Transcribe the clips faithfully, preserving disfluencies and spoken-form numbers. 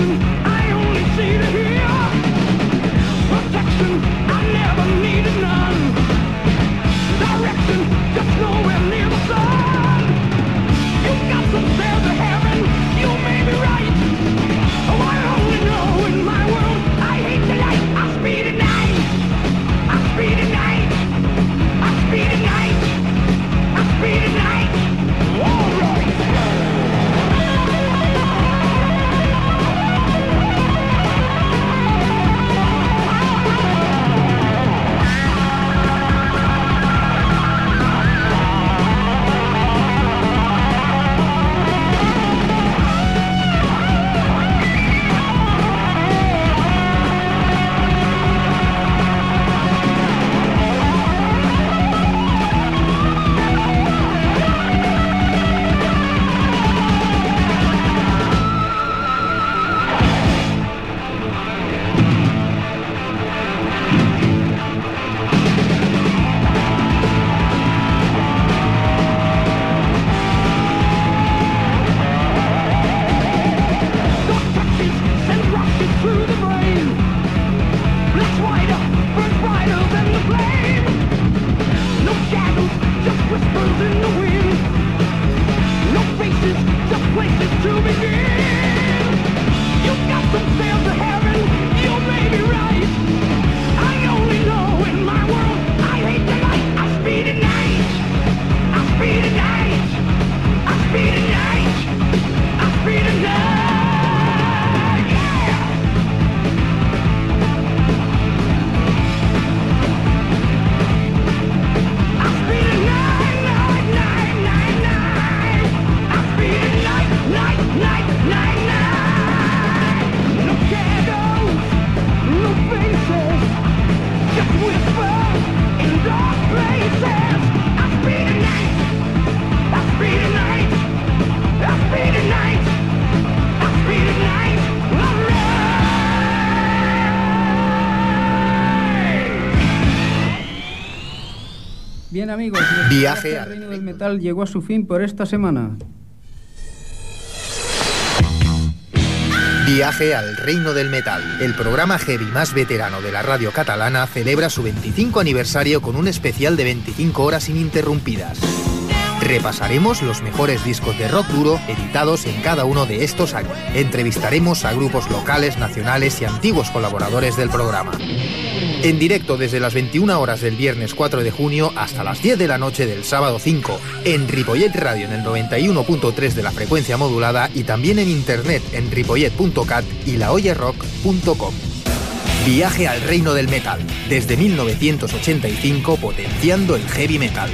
Bien, amigos, Viaje al reino del metal llegó a su fin por esta semana. Viaje al reino del metal. El programa heavy más veterano de la radio catalana celebra su veinticinco aniversario con un especial de veinticinco horas ininterrumpidas. Repasaremos los mejores discos de rock duro editados en cada uno de estos años. Entrevistaremos a grupos locales, nacionales y antiguos colaboradores del programa. En directo desde las veintiuna horas del viernes cuatro de junio hasta las diez de la noche del sábado cinco, en Ripollet Radio en el noventa y uno punto tres de la frecuencia modulada y también en internet en ripollet punto cat y laollerock punto com. Viaje al reino del metal, desde mil novecientos ochenta y cinco potenciando el heavy metal.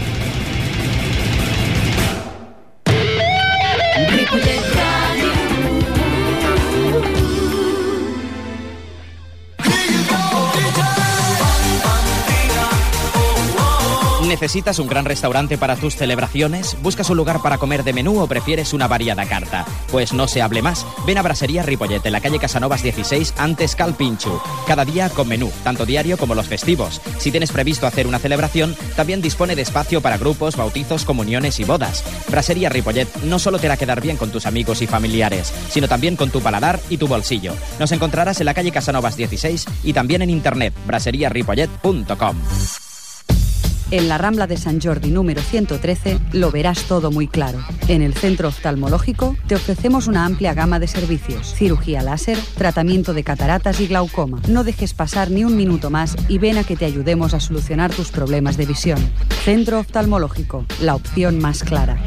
¿Necesitas un gran restaurante para tus celebraciones? ¿Buscas un lugar para comer de menú o prefieres una variada carta? Pues no se hable más. Ven a Brasería Ripollet, en la calle Casanovas dieciséis, antes Cal Pinxo. Cada día con menú, tanto diario como los festivos. Si tienes previsto hacer una celebración, también dispone de espacio para grupos, bautizos, comuniones y bodas. Brasería Ripollet no solo te hará quedar bien con tus amigos y familiares, sino también con tu paladar y tu bolsillo. Nos encontrarás en la calle Casanovas dieciséis y también en internet, brasería ripollet punto com. En la Rambla de San Jordi número ciento trece lo verás todo muy claro. En el Centro Oftalmológico te ofrecemos una amplia gama de servicios: cirugía láser, tratamiento de cataratas y glaucoma. No dejes pasar ni un minuto más y ven a que te ayudemos a solucionar tus problemas de visión. Centro Oftalmológico, la opción más clara.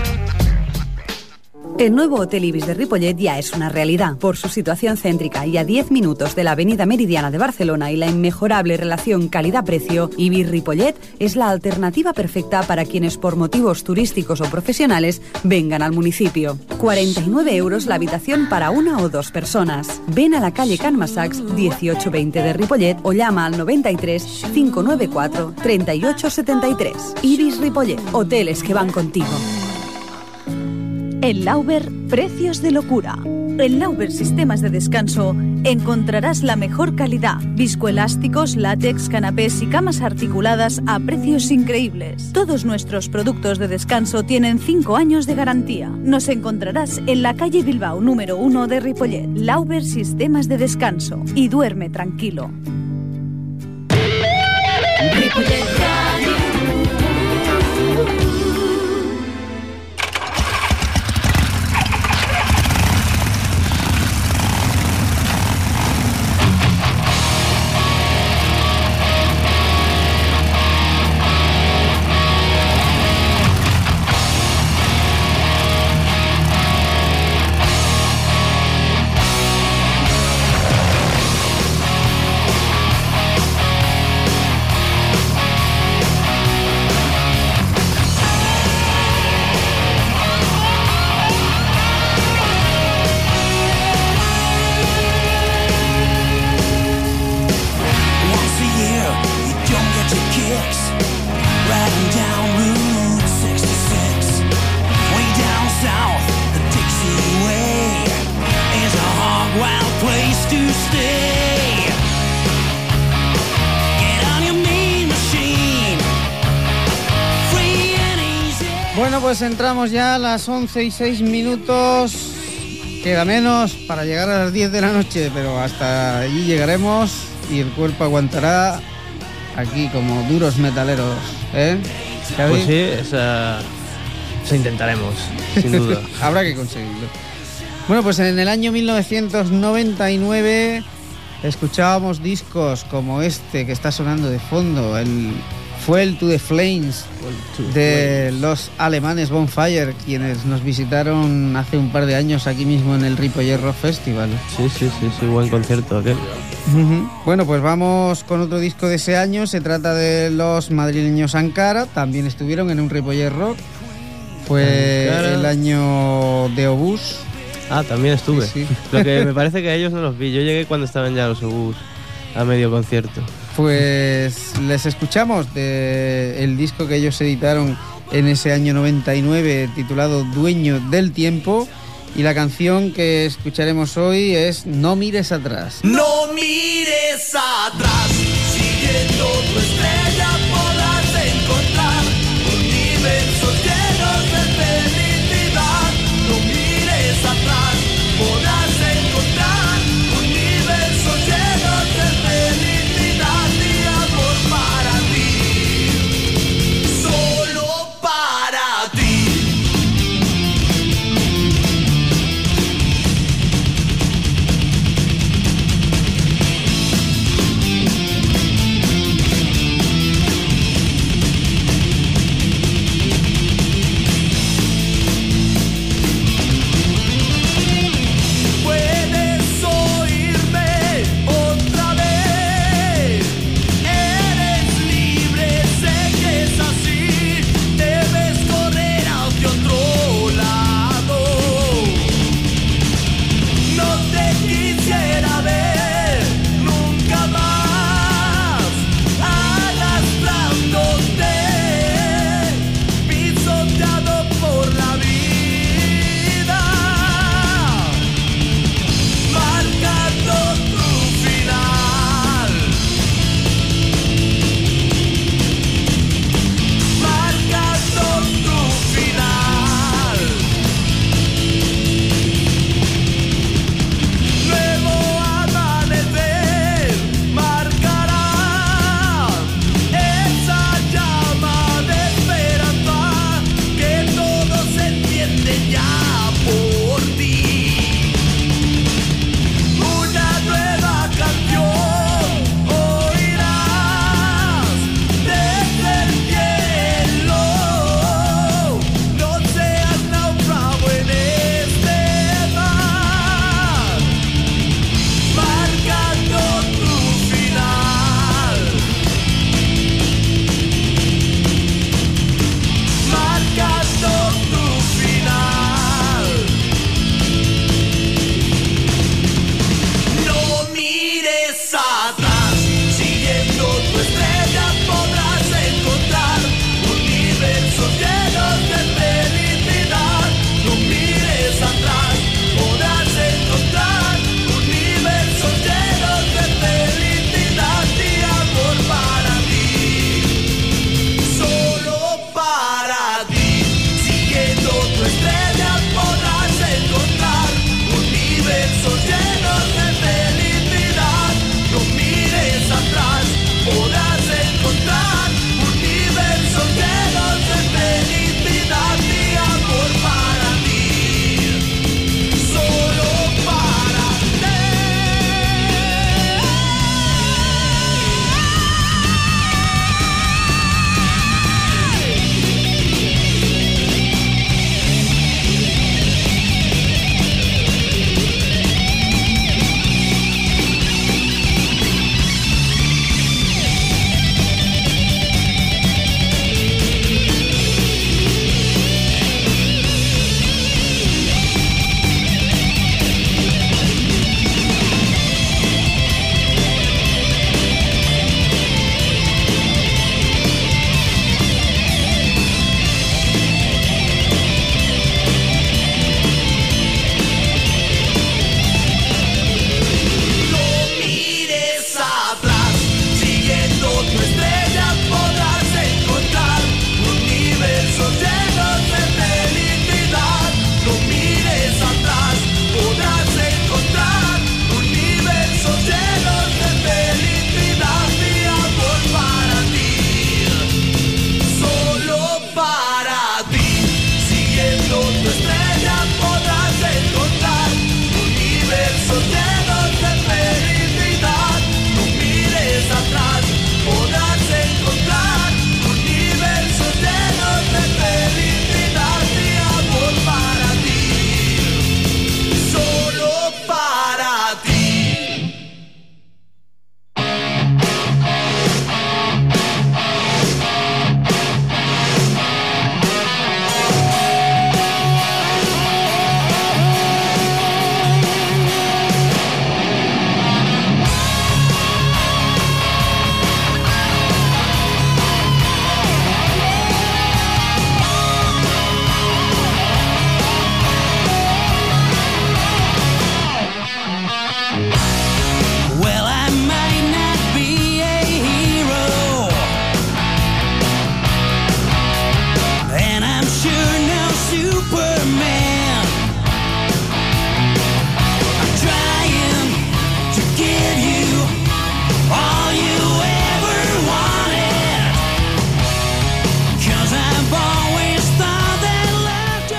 El nuevo Hotel Ibis de Ripollet ya es una realidad. Por su situación céntrica y a diez minutos de la avenida Meridiana de Barcelona y la inmejorable relación calidad-precio, Ibis Ripollet es la alternativa perfecta para quienes por motivos turísticos o profesionales vengan al municipio. cuarenta y nueve euros la habitación para una o dos personas. Ven a la calle Can Massacs dieciocho veinte de Ripollet o llama al noventa y tres, cinco nueve cuatro, treinta y ocho setenta y tres. Ibis Ripollet, hoteles que van contigo. En Lauber, precios de locura. En Lauber Sistemas de Descanso encontrarás la mejor calidad. Viscoelásticos, látex, canapés y camas articuladas a precios increíbles. Todos nuestros productos de descanso tienen cinco años de garantía. Nos encontrarás en la calle Bilbao número uno de Ripollet. Lauber Sistemas de Descanso. Y duerme tranquilo. Ripollet Radio. Bueno, pues entramos ya a las once y seis minutos. Queda menos para llegar a las diez de la noche, pero hasta allí llegaremos y el cuerpo aguantará aquí como duros metaleros, ¿eh? ¿Xavi? Pues sí, esa, eso intentaremos, sin duda. Habrá que conseguirlo. Bueno, pues en el año mil novecientos noventa y nueve escuchábamos discos como este que está sonando de fondo, el Fuel to the Flames de los alemanes Bonfire, quienes nos visitaron hace un par de años aquí mismo en el Ripollet Rock Festival. Sí, sí, sí, sí, buen concierto aquel. Uh-huh. Bueno, pues vamos con otro disco de ese año. Se trata de los madrileños Ankara. También estuvieron en un Ripollet Rock. Fue Ankara. El año de Obús. Ah, también estuve. Sí, sí. Lo que me parece que a ellos no los vi. Yo llegué cuando estaban ya los Obús a medio concierto. Pues les escuchamos de el disco que ellos editaron en ese año noventa y nueve, titulado Dueño del Tiempo, y la canción que escucharemos hoy es No mires atrás. No mires atrás, siguiendo tu estrella podrás encontrar universos llenos de felicidad. No mires atrás, podrás encontrar universos llenos de felicidad.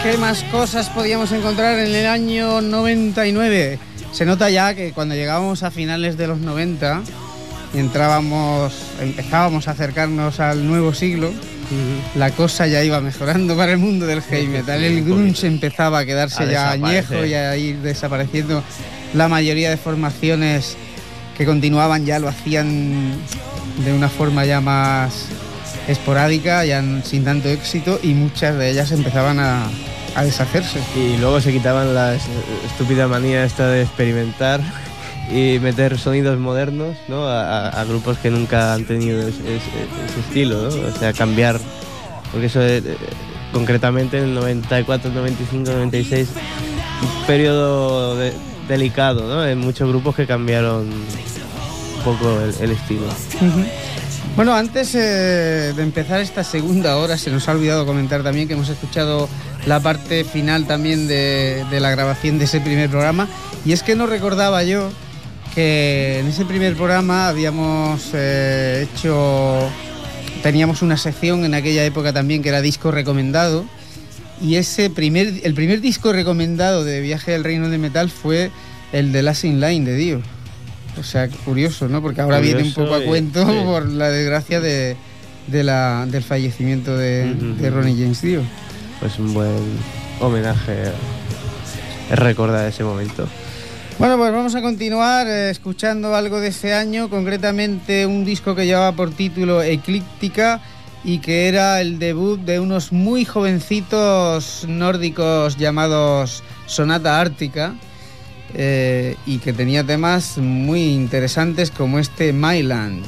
¿qué más cosas podíamos encontrar en el año noventa y nueve? Se nota ya que cuando llegábamos a finales de los noventa y entrábamos, empezábamos a acercarnos al nuevo siglo, uh-huh. la cosa ya iba mejorando para el mundo del heavy metal. El grunge empezaba a quedarse a ya añejo y a ir desapareciendo. La mayoría de formaciones que continuaban ya lo hacían de una forma ya más esporádica, ya sin tanto éxito, y muchas de ellas empezaban a, a deshacerse. Y luego se quitaban la estúpida manía esta de experimentar y meter sonidos modernos, ¿no? a, a grupos que nunca han tenido ese, ese, ese estilo, ¿no? O sea, cambiar, porque eso eh, concretamente en el noventa y cuatro, noventa y cinco, noventa y seis, un periodo de, delicado, ¿no? En muchos grupos que cambiaron un poco el, el estilo. Uh-huh. Bueno, antes eh, de empezar esta segunda hora, se nos ha olvidado comentar también que hemos escuchado la parte final también de, de la grabación de ese primer programa, y es que no recordaba yo que en ese primer programa habíamos eh, hecho, teníamos una sección en aquella época también que era disco recomendado, y ese primer, el primer disco recomendado de Viaje al Reino del Metal fue el de Last in Line de Dio. O sea, curioso, ¿no? Porque ahora curioso, viene un poco a cuento sí. por la desgracia de, de la, del fallecimiento de, uh-huh. de Ronnie James Dio. Pues un buen homenaje, es recordar ese momento. Bueno, pues vamos a continuar eh, escuchando algo de ese año, concretamente un disco que llevaba por título Eclíptica y que era el debut de unos muy jovencitos nórdicos llamados Sonata Ártica. Eh, y que tenía temas muy interesantes como este My Land.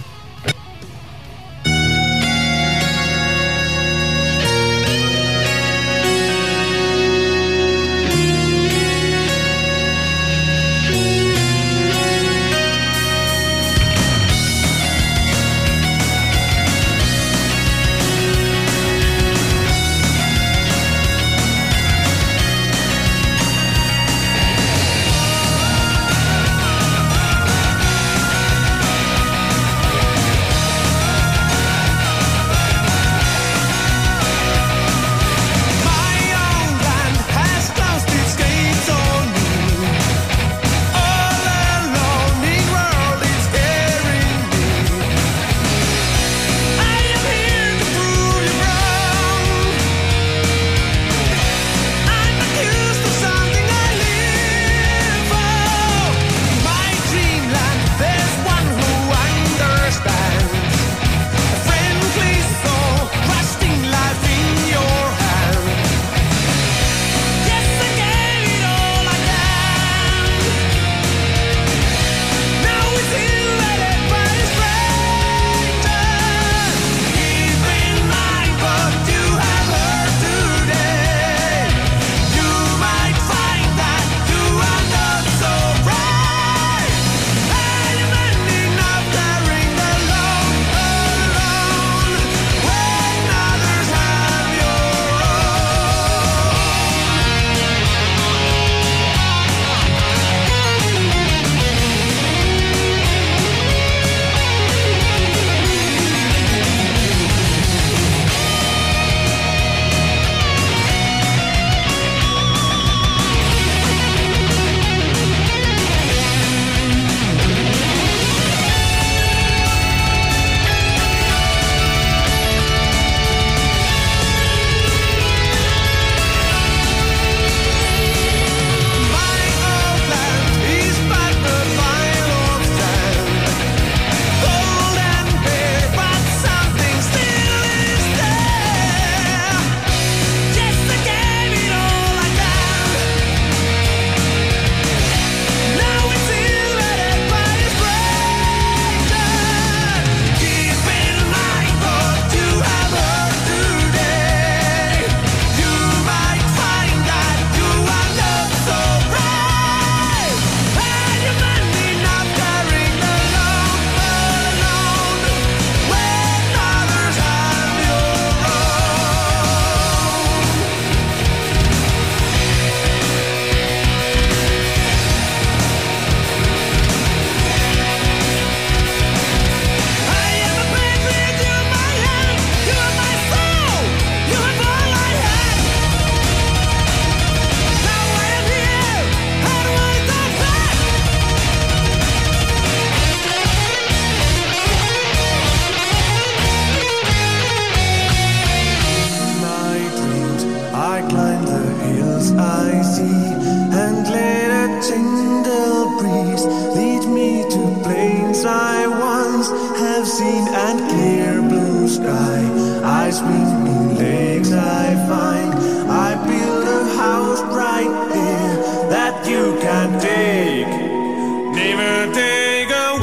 peaks lead me to plains I once have seen and clear blue sky. I swim in lakes I find. I build a house right here that you can take, never take away.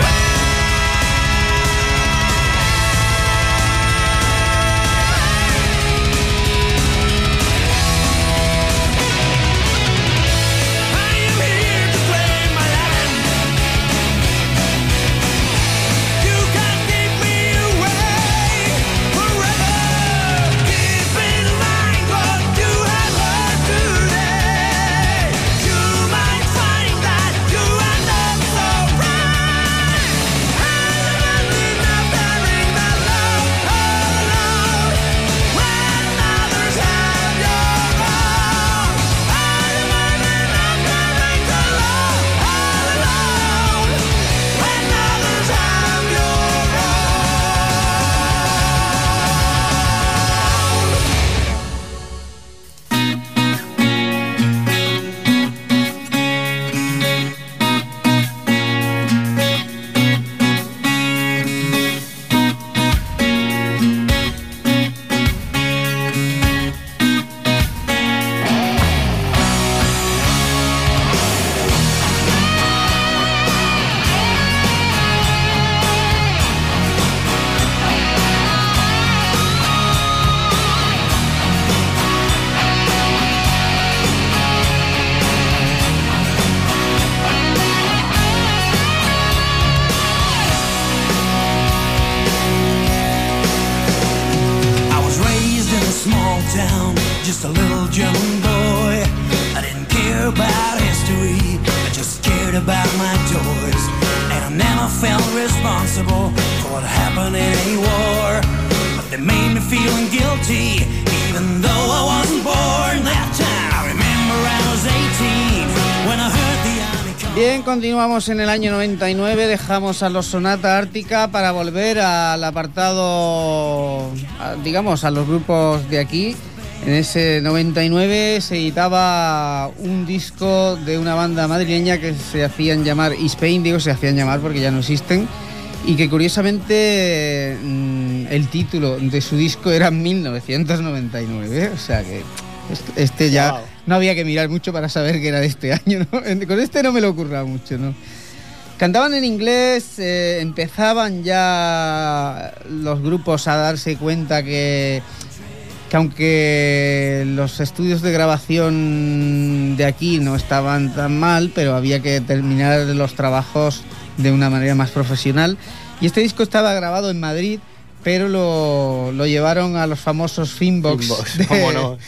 Just a little German boy. I didn't care about history, I just cared about my toys. And I never felt responsible for what happened in any war. But they made me feeling guilty, even though I wasn't born that time. I remember I was eighteen when I heard the army come. Bien, continuamos en el año noventa y nueve, dejamos a los Sonata Ártica para volver al apartado, a, digamos, a los grupos de aquí. En ese noventa y nueve se editaba un disco de una banda madrileña que se hacían llamar Spain, digo se hacían llamar porque ya no existen, y que curiosamente el título de su disco era mil novecientos noventa y nueve, o sea que este ya wow. No había que mirar mucho para saber que era de este año, ¿no? Con este no me lo ocurra mucho, ¿no? Cantaban en inglés, eh, empezaban ya los grupos a darse cuenta que que aunque los estudios de grabación de aquí no estaban tan mal, pero había que terminar los trabajos de una manera más profesional. Y este disco estaba grabado en Madrid, pero lo, lo llevaron a los famosos Finbox, Finbox. De, ¿Cómo no?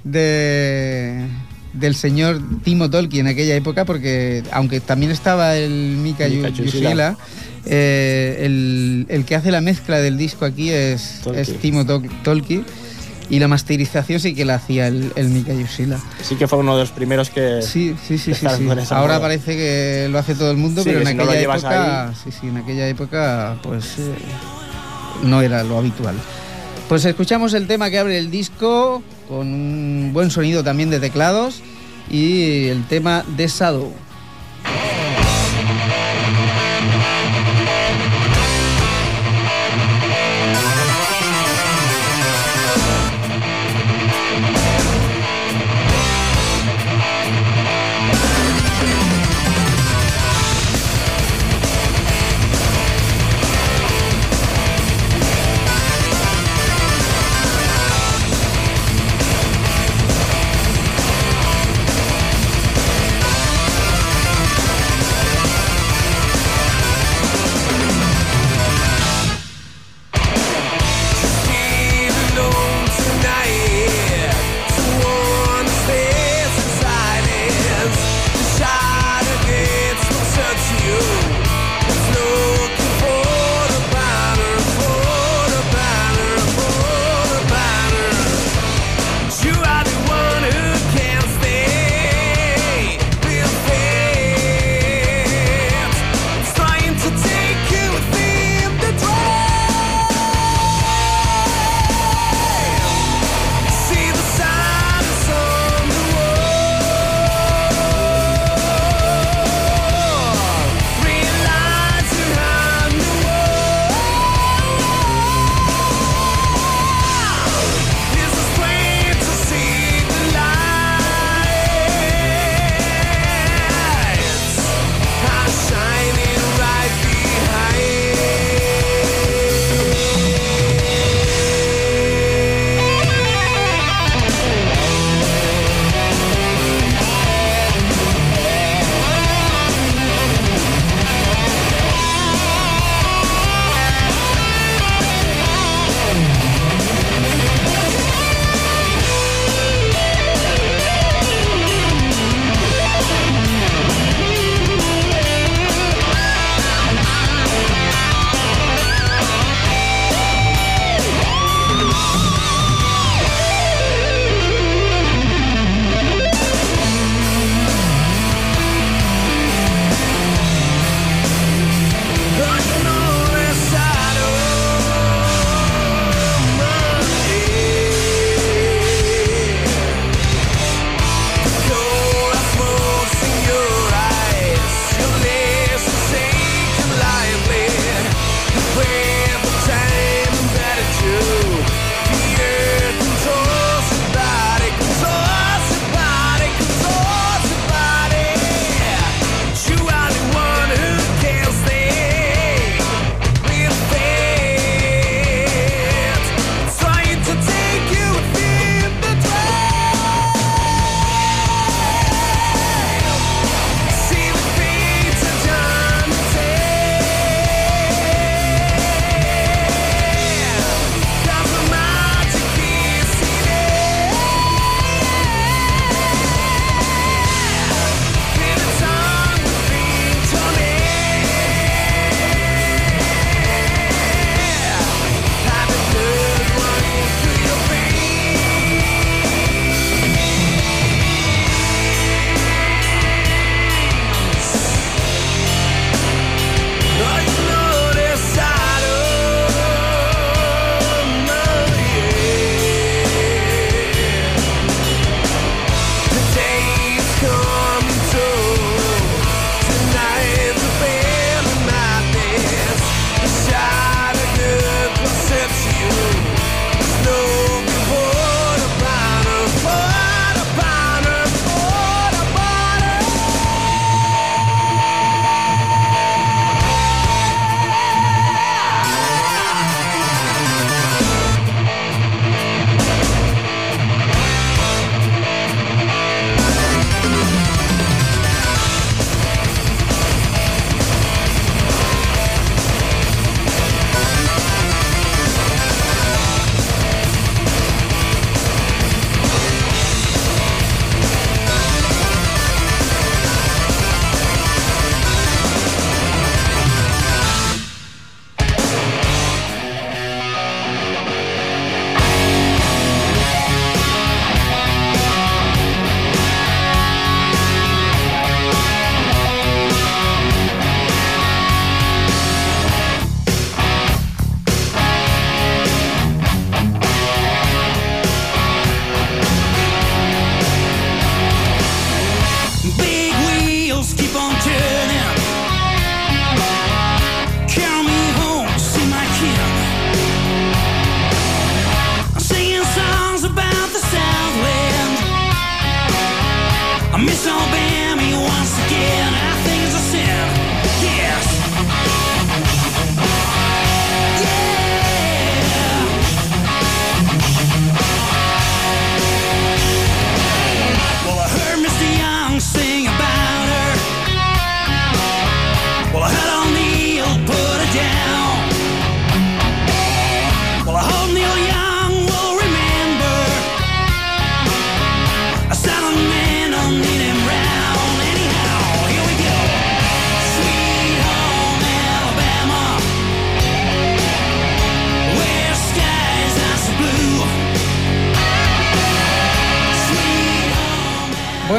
de, del señor Timo Tolkki en aquella época, porque aunque también estaba el Mika Jussila, eh, el, el que hace la mezcla del disco aquí es, es Timo Tolkki. Y la masterización sí que la hacía el, el Mika Jussila. Sí que fue uno de los primeros que... Sí, sí, sí, sí, sí. Ahora moda. Parece que lo hace todo el mundo, sí, pero en aquella no época... Ahí... Sí, sí, en aquella época, pues... Eh, no era lo habitual. Pues escuchamos el tema que abre el disco, con un buen sonido también de teclados, y el tema de Shadow.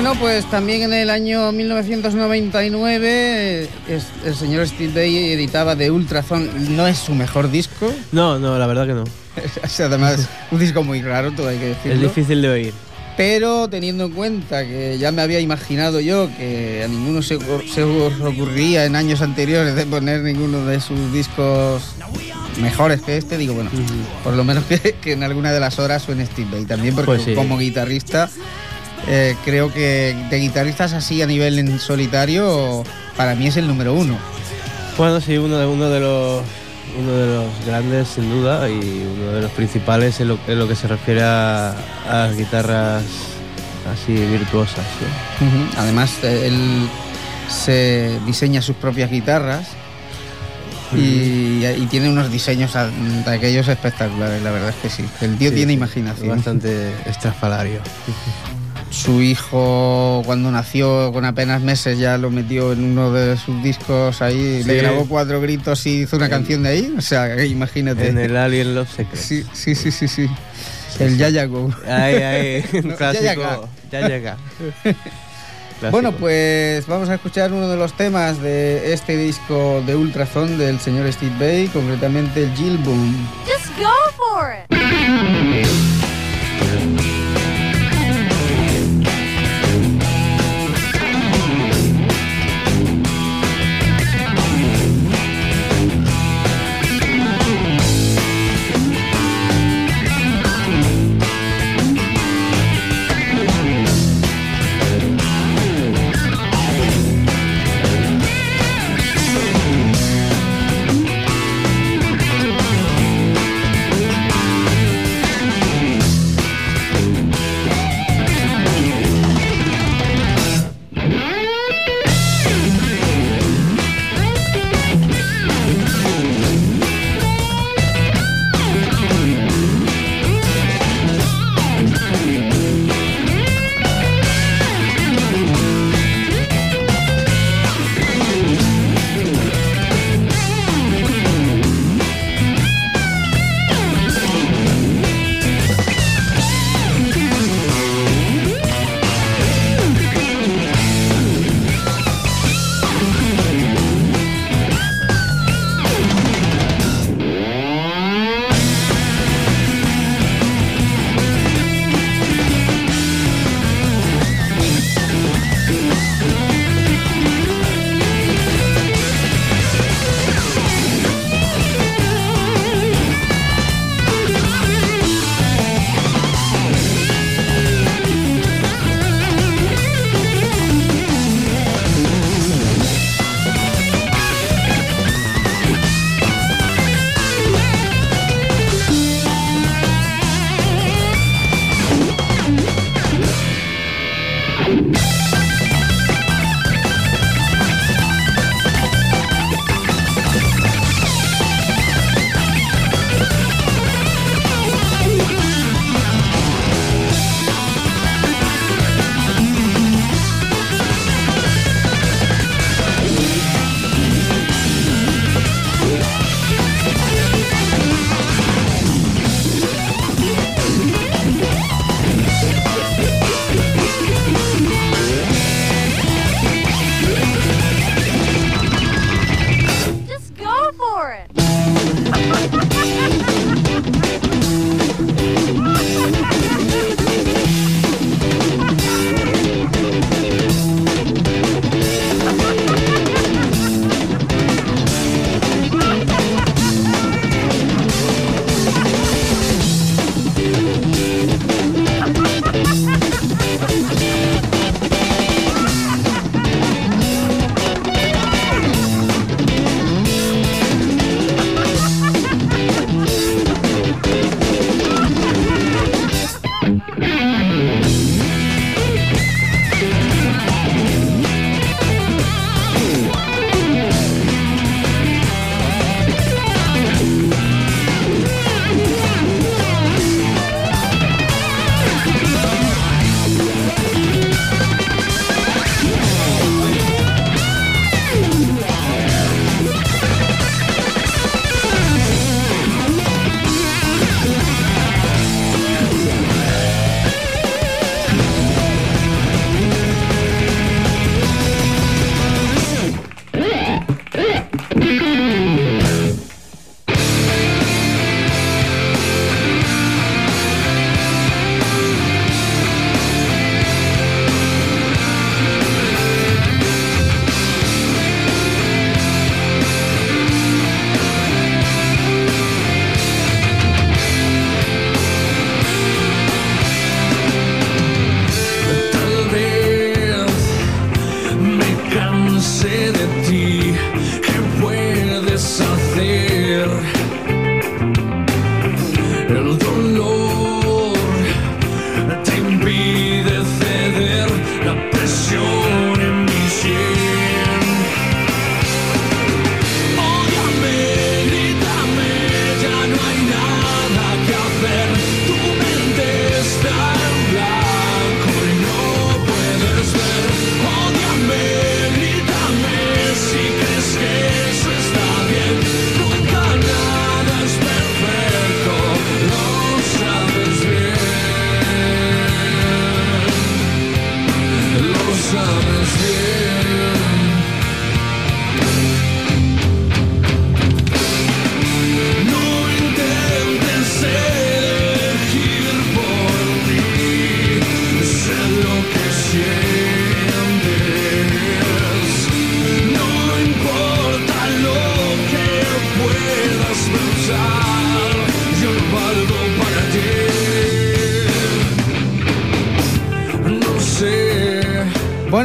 Bueno, pues también en el año mil novecientos noventa y nueve es, el señor Steve Vai editaba The Ultrazone. No es su mejor disco. No, no, la verdad que no. Es además un disco muy raro, todo hay que decirlo. Es difícil de oír. Pero teniendo en cuenta que ya me había imaginado yo que a ninguno se, se os ocurría en años anteriores de poner ninguno de sus discos mejores que este, digo, bueno, uh-huh. por lo menos que, que en alguna de las horas suene Steve Vai. También porque pues sí. como guitarrista... Eh, creo que de guitarristas así a nivel en solitario para mí es el número uno. Bueno, sí, uno de, uno de los uno de los grandes sin duda y uno de los principales en lo, en lo que se refiere a, a las guitarras así virtuosas, ¿sí? Uh-huh. Además él se diseña sus propias guitarras uh-huh. y, y tiene unos diseños de aquellos espectaculares, la verdad es que sí. El tío sí, tiene sí, imaginación. Bastante estrafalario. Su hijo, cuando nació con apenas meses, ya lo metió en uno de sus discos ahí, sí. le grabó cuatro gritos y hizo una en, canción de ahí. O sea, imagínate. En el Alien Love Secrets. Sí, sí, sí, sí, sí. sí el sí. Yaya Go. Ahí, ahí, un clásico. Yaya Go. Bueno, pues vamos a escuchar uno de los temas de este disco de Ultrazone del señor Steve Vai, concretamente el Jill Boom. Just go for it.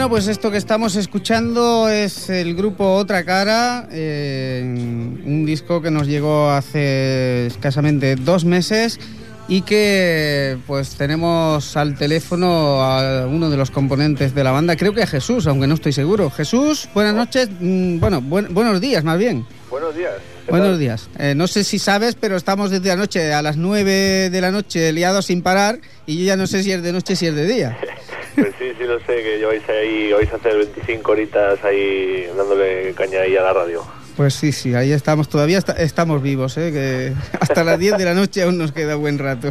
Bueno, pues esto que estamos escuchando es el grupo Otra Cara, eh, un disco que nos llegó hace escasamente dos meses y que pues tenemos al teléfono a uno de los componentes de la banda, creo que a Jesús, aunque no estoy seguro. Jesús, buenas noches, mm, bueno, buen, buenos días más bien. Buenos días. Buenos días. Eh, no sé si sabes, pero estamos desde anoche a las nueve de la noche liados sin parar y yo ya no sé si es de noche, si es de día. Pues sí, sí lo sé, que lleváis ahí, vais a hacer veinticinco horitas ahí dándole caña ahí a la radio. Pues sí, sí, ahí estamos, todavía está, estamos vivos, ¿eh? Que hasta las diez de la noche aún nos queda buen rato.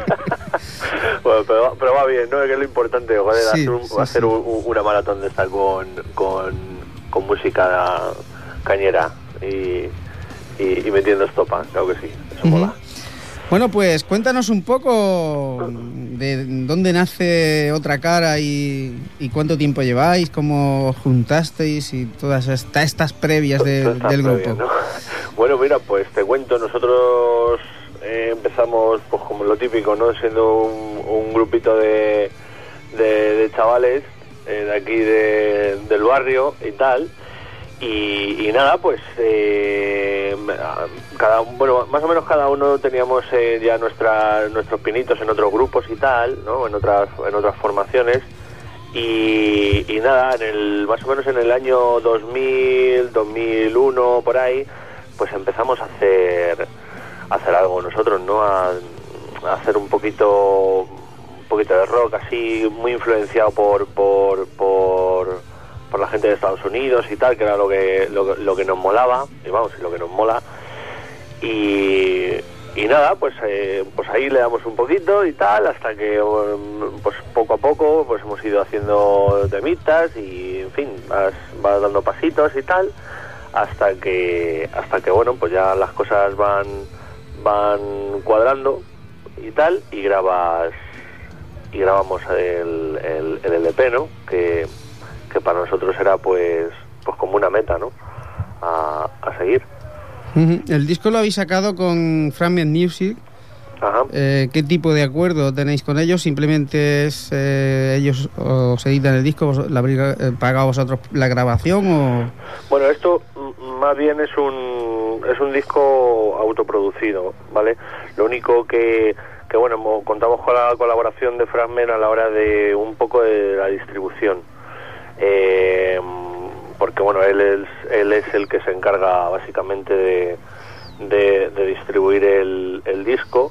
Bueno, pero, pero va bien, ¿no? Que es lo importante, joder, Sí, hacer, un, sí, hacer sí. un, una maratón de esta con, con, con música cañera y, y, y metiendo estopa, claro que sí, eso Ujú. mola. Bueno, pues cuéntanos un poco de dónde nace Otra Cara y, y cuánto tiempo lleváis, cómo juntasteis y todas esta, estas previas de- Todas estas del previas, grupo. ¿no? Bueno, mira, pues te cuento, nosotros eh, empezamos pues como lo típico, ¿no? Siendo un, un grupito de, de, de chavales eh, de aquí de, del barrio y tal. Y, y nada, pues eh, cada bueno más o menos cada uno teníamos eh, ya nuestra, nuestros pinitos en otros grupos y tal, ¿no? En otras en otras formaciones y, y nada, en el más o menos en el año dos mil, dos mil uno por ahí, pues empezamos a hacer a hacer algo nosotros, ¿no? A, a hacer un poquito un poquito de rock así muy influenciado por por por por la gente de Estados Unidos y tal, que era lo que lo, lo que nos molaba, y vamos, y lo que nos mola. Y, y nada, pues eh, pues ahí le damos un poquito y tal, hasta que um, pues poco a poco pues hemos ido haciendo temitas y en fin, vas, vas dando pasitos y tal, hasta que hasta que bueno, pues ya las cosas van van cuadrando y tal, y grabas y grabamos el, el, el L P, ¿no? Que que para nosotros era pues pues como una meta, ¿no? A, a seguir. Ujú. El disco lo habéis sacado con Fragment Music. Ajá. Eh, ¿Qué tipo de acuerdo tenéis con ellos? ¿Simplemente es eh, ellos os editan el disco, vos, la habréis eh, pagado vosotros la grabación o...? Bueno, esto m- más bien es un es un disco autoproducido, ¿vale? Lo único que que bueno, mo- contamos con la colaboración de Fragment a la hora de un poco de la distribución. Eh, porque bueno, él es, él es el que se encarga básicamente de, de, de distribuir el, el disco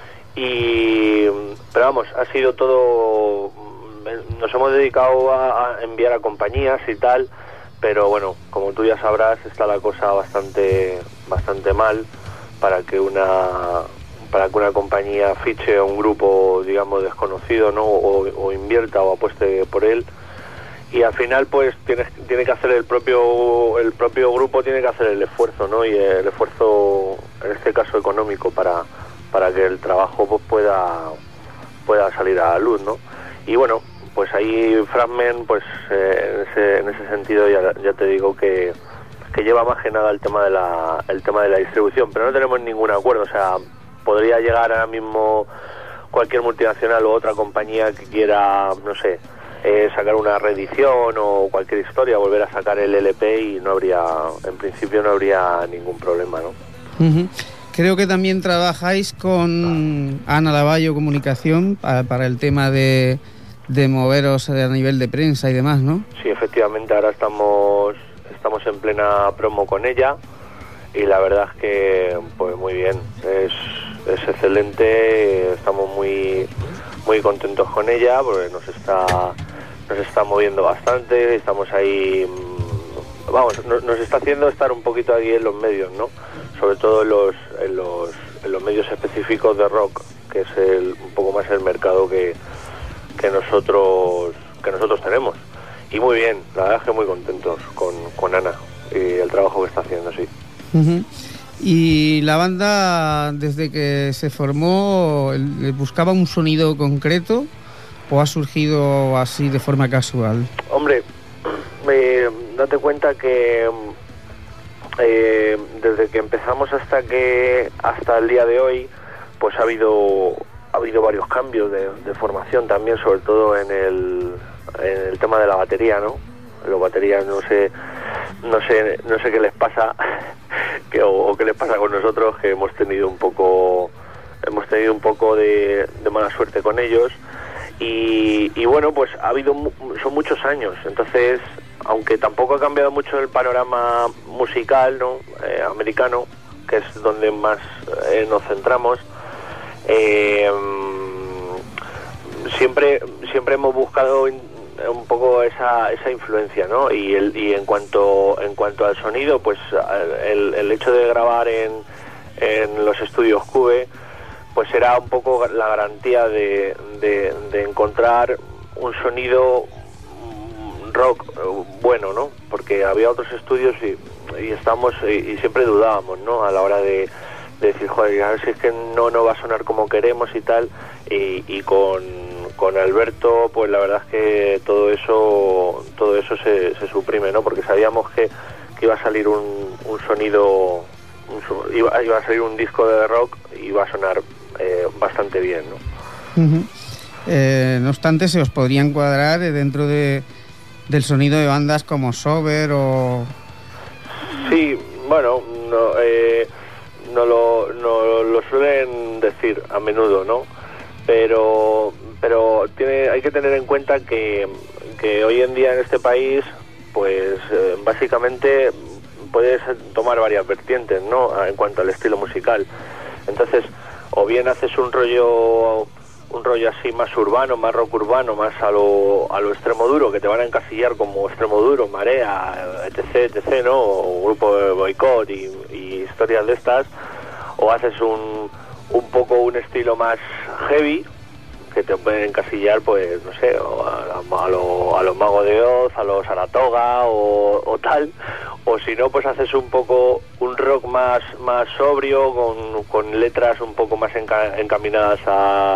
y pero vamos, ha sido todo, nos hemos dedicado a, a enviar a compañías y tal, pero bueno, como tú ya sabrás, está la cosa bastante bastante mal para que una para que una compañía fiche a un grupo, digamos, desconocido, ¿no? o, o invierta o apueste por él. Y al final pues tiene, tiene que hacer el propio el propio grupo tiene que hacer el esfuerzo, ¿no? Y el esfuerzo en este caso económico para para que el trabajo pues, pueda pueda salir a la luz, ¿no? Y bueno, pues ahí Fragment pues eh, en ese en ese sentido ya, ya te digo que que lleva más que nada el tema de la el tema de la distribución, pero no tenemos ningún acuerdo, o sea, podría llegar ahora mismo cualquier multinacional o otra compañía que quiera, no sé, Eh, sacar una reedición o cualquier historia, volver a sacar el L P y no habría, en principio no habría ningún problema, ¿no? Ujú. Creo que también trabajáis con Ana Lavallo Comunicación para, para el tema de, de moveros a nivel de prensa y demás, ¿no? Sí, efectivamente, ahora estamos estamos en plena promo con ella y la verdad es que pues muy bien, es, es excelente, estamos muy muy contentos con ella porque nos está nos está moviendo bastante, estamos ahí, vamos, nos, nos está haciendo estar un poquito aquí en los medios, ¿no? Sobre todo en los en los, en los medios específicos de rock, que es el, un poco más el mercado que, que nosotros que nosotros tenemos. Y muy bien, la verdad es que muy contentos con, con Ana y el trabajo que está haciendo, sí. Uh-huh. Y la banda, desde que se formó, ¿buscaba un sonido concreto o ha surgido así de forma casual? Hombre, eh, date cuenta que eh, desde que empezamos hasta que hasta el día de hoy, pues ha habido ha habido varios cambios de, de formación también, sobre todo en el en el tema de la batería, ¿no? Los baterías no sé, no sé, no sé qué les pasa, que, o, o qué les pasa con nosotros, que hemos tenido un poco, hemos tenido un poco de, de mala suerte con ellos. Y, y bueno, pues ha habido, son muchos años, entonces, aunque tampoco ha cambiado mucho el panorama musical, ¿no? Eh, americano, que es donde más eh, nos centramos, eh, siempre, siempre hemos buscado un poco esa, esa influencia, ¿no? Y, el, y en cuanto, en cuanto al sonido, pues el, el hecho de grabar en, en los estudios Cube, pues era un poco la garantía de, de, de encontrar un sonido rock bueno, ¿no? Porque había otros estudios y, y estamos y, y siempre dudábamos, ¿no? A la hora de, de decir, joder, a ver si es que no no va a sonar como queremos y tal. Y, y con, con Alberto, pues la verdad es que todo eso todo eso se, se suprime, ¿no? Porque sabíamos que, que iba a salir un, un sonido, un, iba, iba a salir un disco de rock y iba a sonar Eh, bastante bien, ¿no? Uh-huh. Eh, no obstante, se os podría encuadrar dentro de del sonido de bandas como Sober o... Sí, bueno, no, eh, no, lo, no lo suelen decir a menudo, ¿no? Pero pero tiene hay que tener en cuenta que, que hoy en día en este país, pues eh, básicamente puedes tomar varias vertientes, ¿no? En cuanto al estilo musical. Entonces, o bien haces un rollo un rollo así más urbano, más rock urbano, más a lo a lo extremo duro, que te van a encasillar como extremo duro, Marea, etc, etc, ¿no? O grupo de boicot y, y historias de estas, o haces un un poco un estilo más heavy, que te pueden encasillar, pues, no sé, o a, a, lo, a los Magos de Oz, a los Saratoga o, o tal, o si no, pues haces un poco un rock más más sobrio, con, con letras un poco más enca, encaminadas a,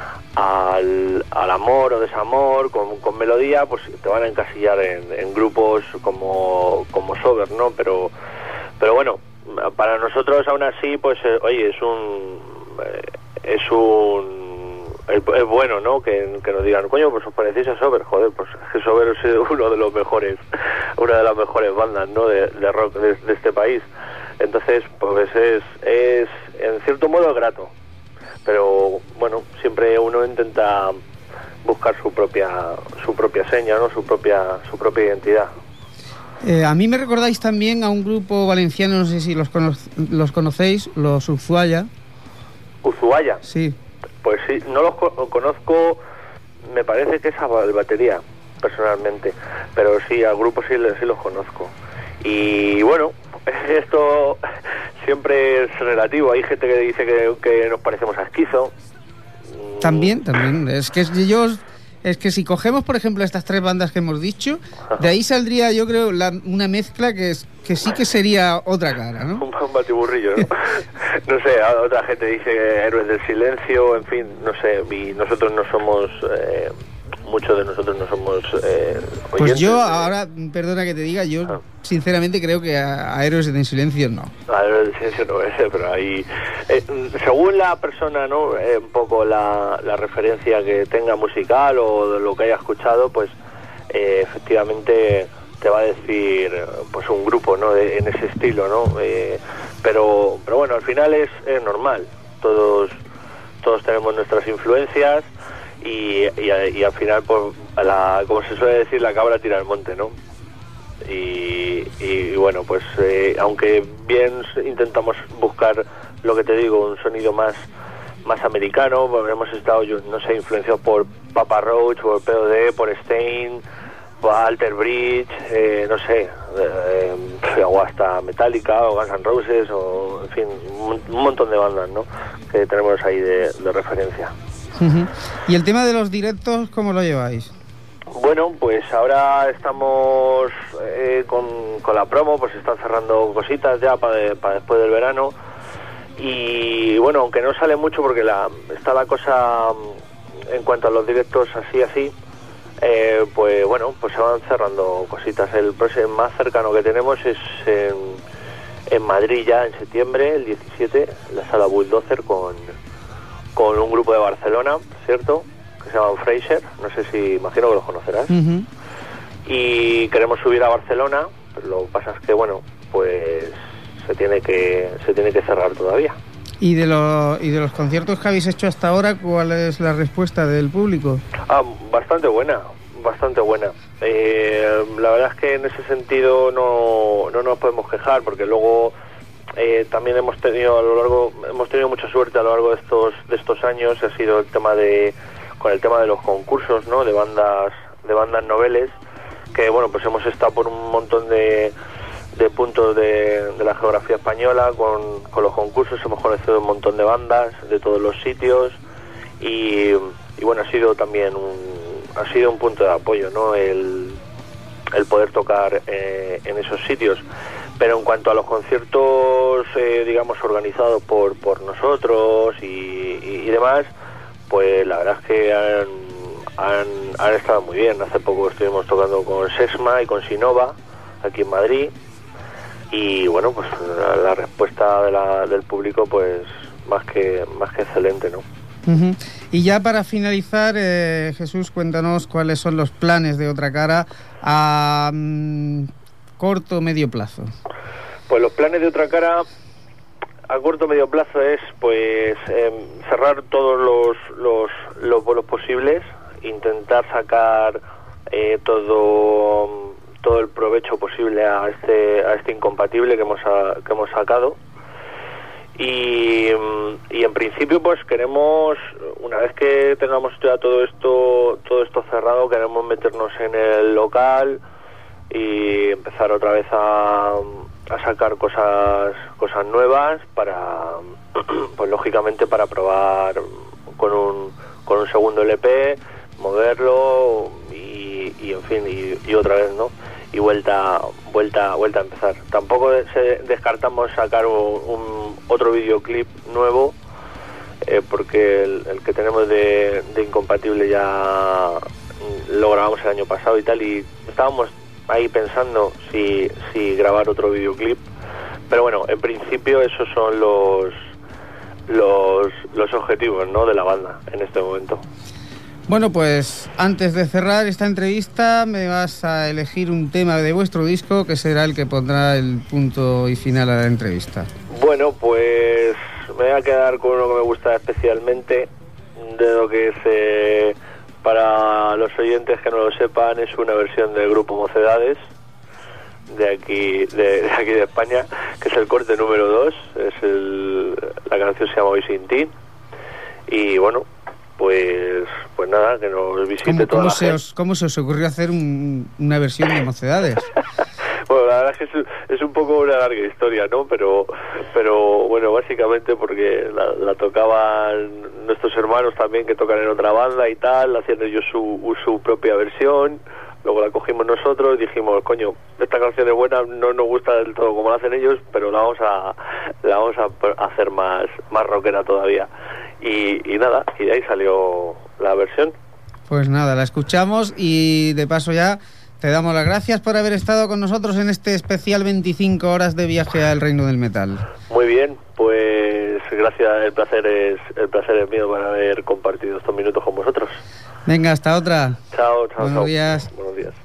al, al amor o desamor, con, con melodía, pues te van a encasillar en, en grupos como, como Sober, ¿no? Pero, pero bueno, para nosotros aún así, pues, eh, oye, es un... Eh, es un Es, es bueno, ¿no? Que, que nos digan, coño, pues os parecéis a Sober, joder, pues es que Sober es uno de los mejores, una de las mejores bandas, ¿no? De, de rock de, de este país. Entonces, pues es, es, en cierto modo, grato. Pero, bueno, siempre uno intenta buscar su propia, su propia seña, ¿no? Su propia, su propia identidad. Eh, a mí me recordáis también a un grupo valenciano, no sé si los, cono los conocéis, los Ushuaia. ¿Ushuaia? Sí. Pues sí, no los co- conozco, me parece que es a batería, personalmente, pero sí, al grupo sí, sí los conozco. Y bueno, esto siempre es relativo, hay gente que dice que, que nos parecemos a Esquizo. También, también, es que yo... Es que si cogemos, por ejemplo, estas tres bandas que hemos dicho, de ahí saldría, yo creo, la, una mezcla que es que sí que sería otra cara, ¿no? Un, un batiburrillo, ¿no? No sé, otra gente dice Héroes del Silencio, en fin, no sé, y nosotros no somos, eh, muchos de nosotros no somos eh, oyentes. Pues yo ahora, perdona que te diga, yo ah. sinceramente creo que a, a Héroes del Silencio no. A Héroes del Silencio no es, pero ahí, eh, según la persona, ¿no? Eh, un poco la, la referencia que tenga musical o de lo que haya escuchado, pues eh, efectivamente te va a decir pues un grupo, ¿no? De, en ese estilo, ¿no? Eh, pero pero bueno, al final es, es normal, todos todos tenemos nuestras influencias y, y, y al final, pues la, como se suele decir, la cabra tira al monte, ¿no? Y, y bueno, pues eh, aunque bien intentamos buscar, lo que te digo, un sonido más más americano, pues hemos estado, yo no sé, influenciados por Papa Roach, por P O D, por Staind, por Alter Bridge, eh, no sé, eh, o hasta Metallica o Guns N' Roses, o en fin, un, un montón de bandas, ¿no? Que tenemos ahí de, de referencia. Uh-huh. ¿Y el tema de los directos, cómo lo lleváis? Bueno, pues ahora estamos eh, con, con la promo, pues están cerrando cositas ya para de, para después del verano. Y bueno, aunque no sale mucho porque la, está la cosa en cuanto a los directos así, así, eh, pues bueno, pues se van cerrando cositas. El próximo más cercano que tenemos es en, en Madrid ya en septiembre, el diecisiete, en la sala Bulldozer con, con un grupo de Barcelona, ¿cierto? que se llaman Fraser, no sé si, imagino que los conocerás. Uh-huh. Y queremos subir a Barcelona, pero lo que pasa es que, bueno, pues se tiene que se tiene que cerrar todavía. ¿Y de, lo, ¿Y de los conciertos que habéis hecho hasta ahora, cuál es la respuesta del público? Ah, bastante buena, bastante buena. Eh, la verdad es que en ese sentido no, no nos podemos quejar, porque luego eh, también hemos tenido a lo largo hemos tenido mucha suerte a lo largo de estos de estos años. Ha sido el tema de con el tema de los concursos, ¿no? De bandas de bandas noveles, que bueno, pues hemos estado por un montón de de puntos de, de la geografía española con, con los concursos. Hemos conocido un montón de bandas de todos los sitios y, y bueno, ha sido también un ha sido un punto de apoyo, ¿no? El, el poder tocar eh, en esos sitios. Pero en cuanto a los conciertos, eh, digamos, organizados por por nosotros y, y, y demás, pues la verdad es que han, han, han estado muy bien. Hace poco estuvimos tocando con Sexma y con Sinova aquí en Madrid. Y bueno, pues la, la respuesta de la, del público, pues más que más que excelente, ¿no? Uh-huh. Y ya para finalizar, eh, Jesús, cuéntanos cuáles son los planes de Otra Cara a um, corto o medio plazo. Pues los planes de Otra Cara a corto o medio plazo es pues eh, cerrar todos los, los, los vuelos posibles, intentar sacar eh, todo... todo el provecho posible a este a este incompatible que hemos a, que hemos sacado y, y en principio pues queremos, una vez que tengamos ya todo esto todo esto cerrado, queremos meternos en el local y empezar otra vez a, a sacar cosas cosas nuevas para pues lógicamente para probar con un con un segundo L P, moverlo y, y en fin y, y otra vez, ¿no? Y vuelta vuelta vuelta a empezar. Tampoco se descartamos sacar un, un otro videoclip nuevo, eh, porque el, el que tenemos de, de Incompatible ya lo grabamos el año pasado y tal, y estábamos ahí pensando si si grabar otro videoclip, pero bueno, en principio esos son los los los objetivos, ¿no?, de la banda en este momento. Bueno, pues antes de cerrar esta entrevista me vas a elegir un tema de vuestro disco que será el que pondrá el punto y final a la entrevista. Bueno, pues me voy a quedar con uno que me gusta especialmente, de lo que es, eh, para los oyentes que no lo sepan, es una versión del grupo Mocedades, de aquí de, de aquí de España, que es el corte número dos, es el, la canción se llama Hoy Sin Ti, y bueno, pues pues nada, que nos visite ¿Cómo, toda cómo la se gente. os, ¿Cómo se os ocurrió hacer un, una versión de Mocedades? Bueno, la verdad es que es, es un poco una larga historia, ¿no? Pero pero bueno, básicamente porque la, la tocaban nuestros hermanos también, que tocan en otra banda y tal, haciendo ellos su, su propia versión. Luego la cogimos nosotros, dijimos, coño, esta canción es buena, no nos gusta del todo como la hacen ellos, pero la vamos a la vamos a hacer más más rockera todavía. Y, y nada, y de ahí salió la versión. Pues nada, la escuchamos y de paso ya te damos las gracias por haber estado con nosotros en este especial veinticinco horas de viaje al reino del metal. Muy bien, pues gracias, el placer es el placer es mío por haber compartido estos minutos con vosotros. Venga, hasta otra. Chao, chao, Buenos chao. días. Buenos días.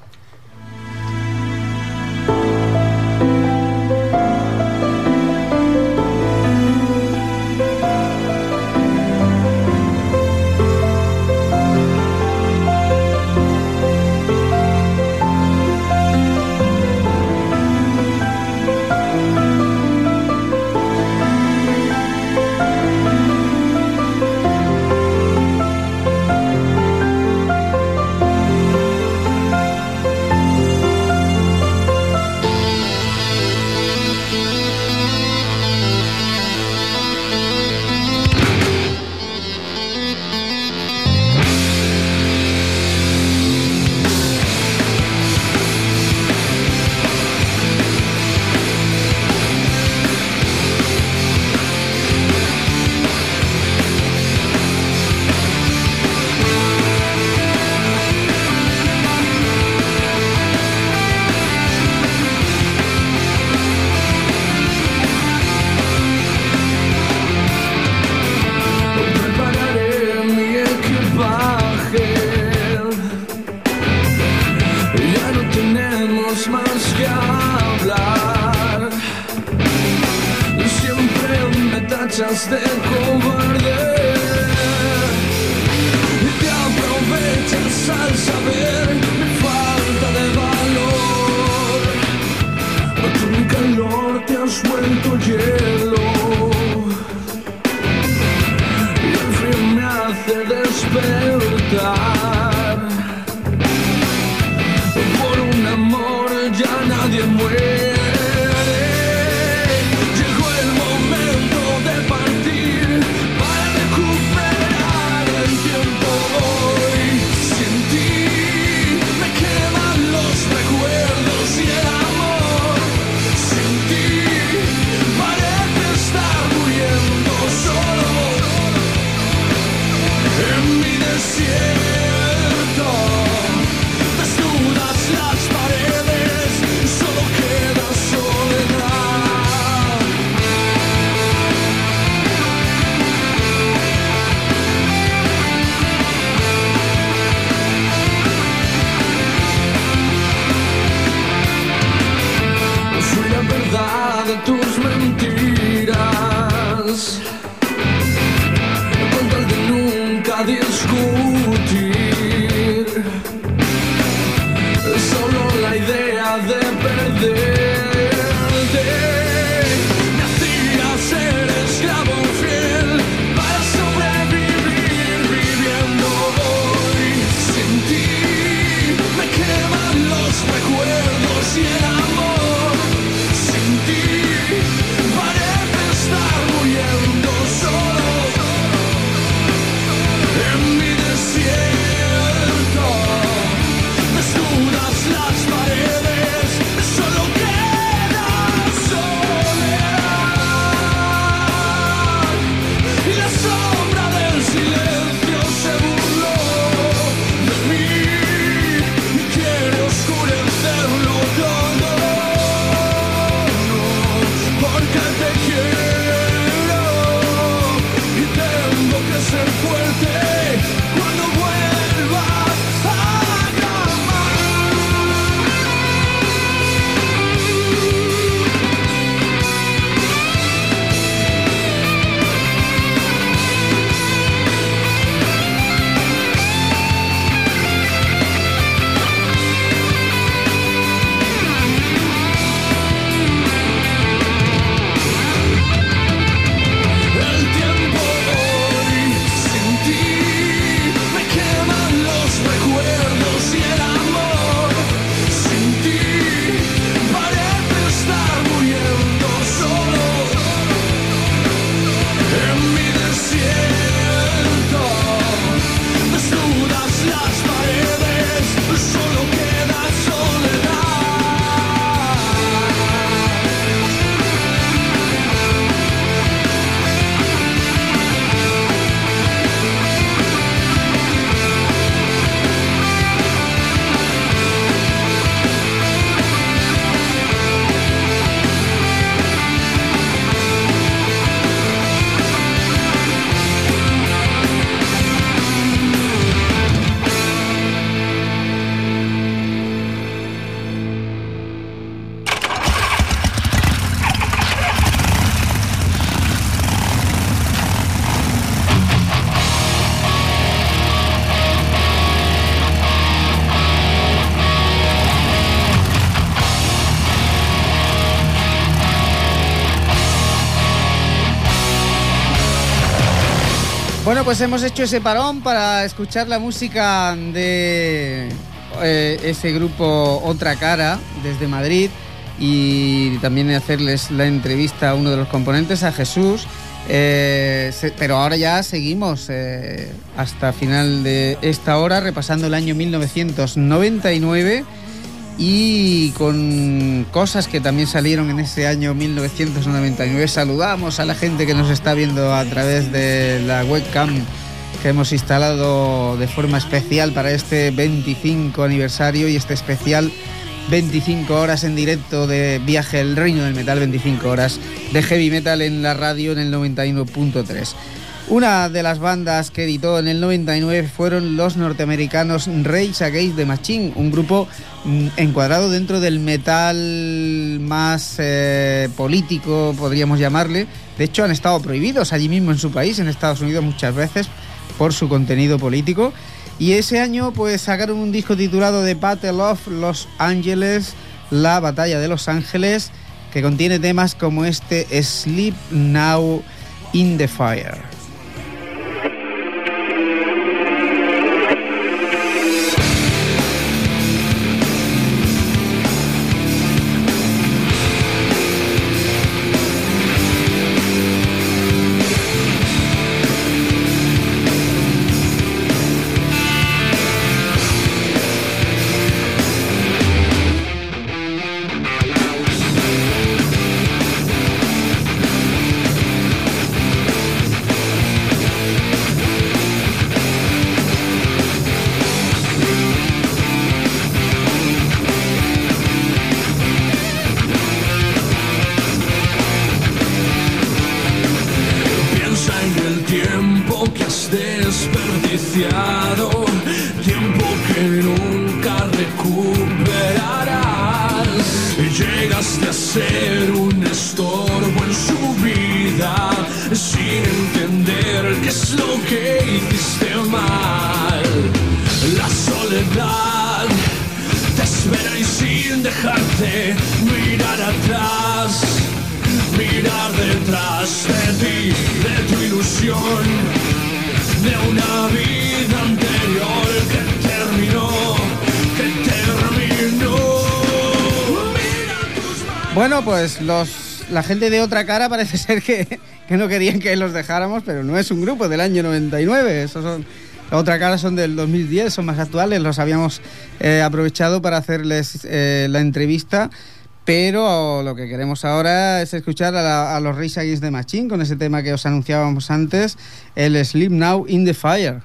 tachas de cobarde y te aprovechas al saber mi falta de valor. Tú mi calor te has vuelto hielo y el frío me hace despertar. Por un amor ya nadie muere. De tus mentiras, con tal de nunca discutir, solo la idea de perderte me hacía ser esclavo fiel para sobrevivir viviendo hoy. Sin ti me queman los recuerdos y el amor. Parece estar muriendo solo en mi desierto. Desnudas las paredes, solo queda soledad. Y la sombra del silencio se burló de mí y quiere oscurecerlo todo. Porque te quiero y tengo que ser fuerte cuando vuelvas a Bueno, pues hemos hecho ese parón para escuchar la música de eh, ese grupo Otra Cara desde Madrid y también hacerles la entrevista a uno de los componentes, a Jesús. Eh, se, pero ahora ya seguimos eh, hasta final de esta hora repasando el año mil novecientos noventa y nueve y con cosas que también salieron en ese año mil novecientos noventa y nueve. Saludamos a la gente que nos está viendo a través de la webcam que hemos instalado de forma especial para este veinticinco aniversario y este especial veinticinco horas en directo de Viaje al Reino del Metal, veinticinco horas de heavy metal en la radio en el noventa y uno punto tres. Una de las bandas que editó en el noventa y nueve fueron los norteamericanos Rage Against the Machine, un grupo mm, encuadrado dentro del metal más eh, político, podríamos llamarle. De hecho, han estado prohibidos allí mismo en su país, en Estados Unidos, muchas veces por su contenido político. Y ese año pues sacaron un disco titulado The Battle of Los Angeles, la batalla de Los Ángeles, que contiene temas como este Sleep Now in the Fire. Tiempo que nunca recuperarás. Llegaste a ser un estorbo en su vida, sin entender qué es lo que hiciste mal. La soledad te espera y sin dejarte mirar atrás, mirar detrás de ti, de tu ilusión, de una vida anterior que terminó, que terminó. Bueno, pues los la gente de Otra Cara parece ser que, que no querían que los dejáramos, pero no es un grupo del año noventa y nueve, esos son, Otra Cara son del dos mil diez, son más actuales, los habíamos eh, aprovechado para hacerles eh, la entrevista. Pero lo que queremos ahora es escuchar a, la, a los Rage Against the Machine con ese tema que os anunciábamos antes, el Sleep Now in the Fire.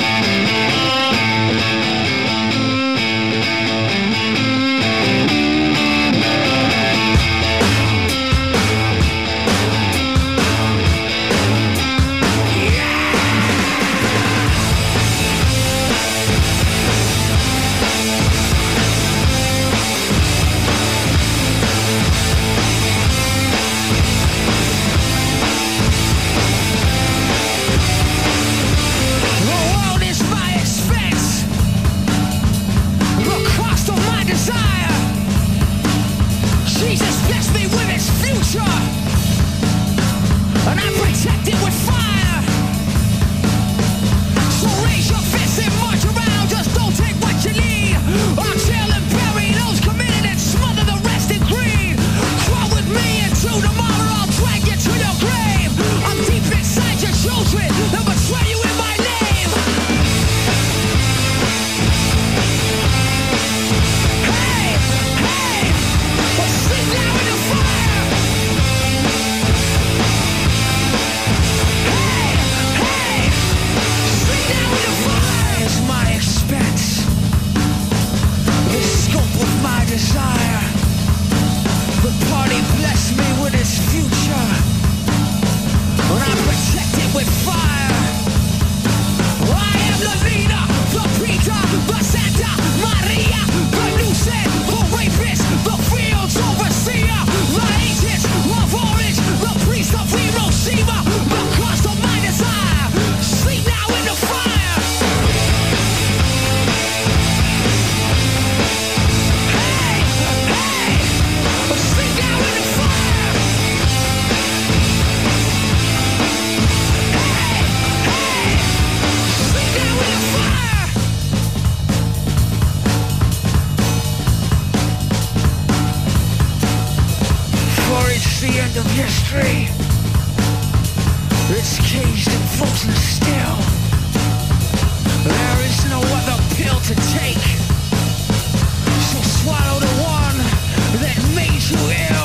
To take, so swallow the one that made you ill.